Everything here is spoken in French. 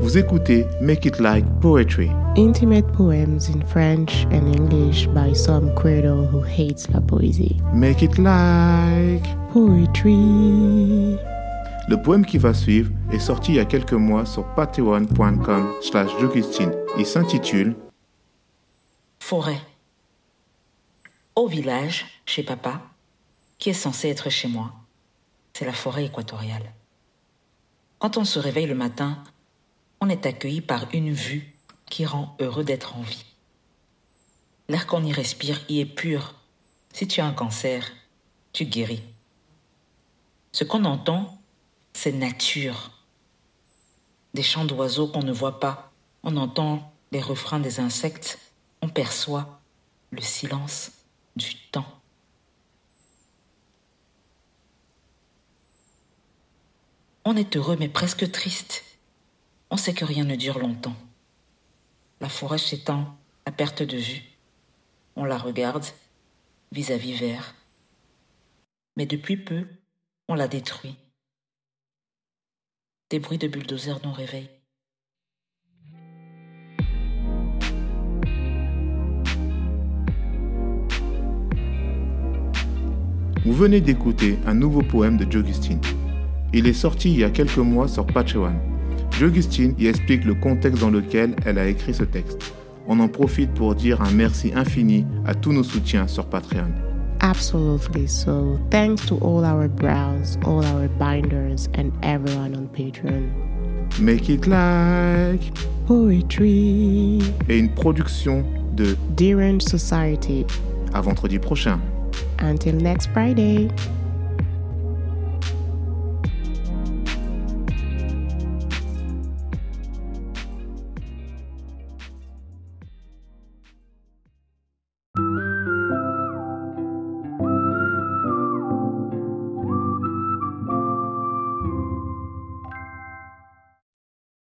Vous écoutez Make It Like Poetry. Intimate poems in French and English by some creole who hates la poésie. Make It Like Poetry. Le poème qui va suivre est sorti il y a quelques mois sur patreon.com/jocustine. Il s'intitule Forêt. Au village, chez papa, qui est censé être chez moi, c'est la forêt équatoriale. Quand on se réveille le matin, on est accueilli par une vue qui rend heureux d'être en vie. L'air qu'on y respire y est pur. Si tu as un cancer, tu guéris. Ce qu'on entend, c'est nature. Des chants d'oiseaux qu'on ne voit pas. On entend les refrains des insectes. On perçoit le silence du temps. On est heureux mais presque triste. On sait que rien ne dure longtemps. La forêt s'étend à perte de vue. On la regarde, vis-à-vis vert. Mais depuis peu, on la détruit. Des bruits de bulldozer nous réveillent. Vous venez d'écouter un nouveau poème de Jocustine. Il est sorti il y a quelques mois sur Patreon. Jocustine y explique le contexte dans lequel elle a écrit ce texte. On en profite pour dire un merci infini à tous nos soutiens sur Patreon. Absolutely. So, thanks to all our brows, all our binders, and everyone on Patreon. Make It Like Poetry. est une production de Derange Society. À vendredi prochain. Until next Friday.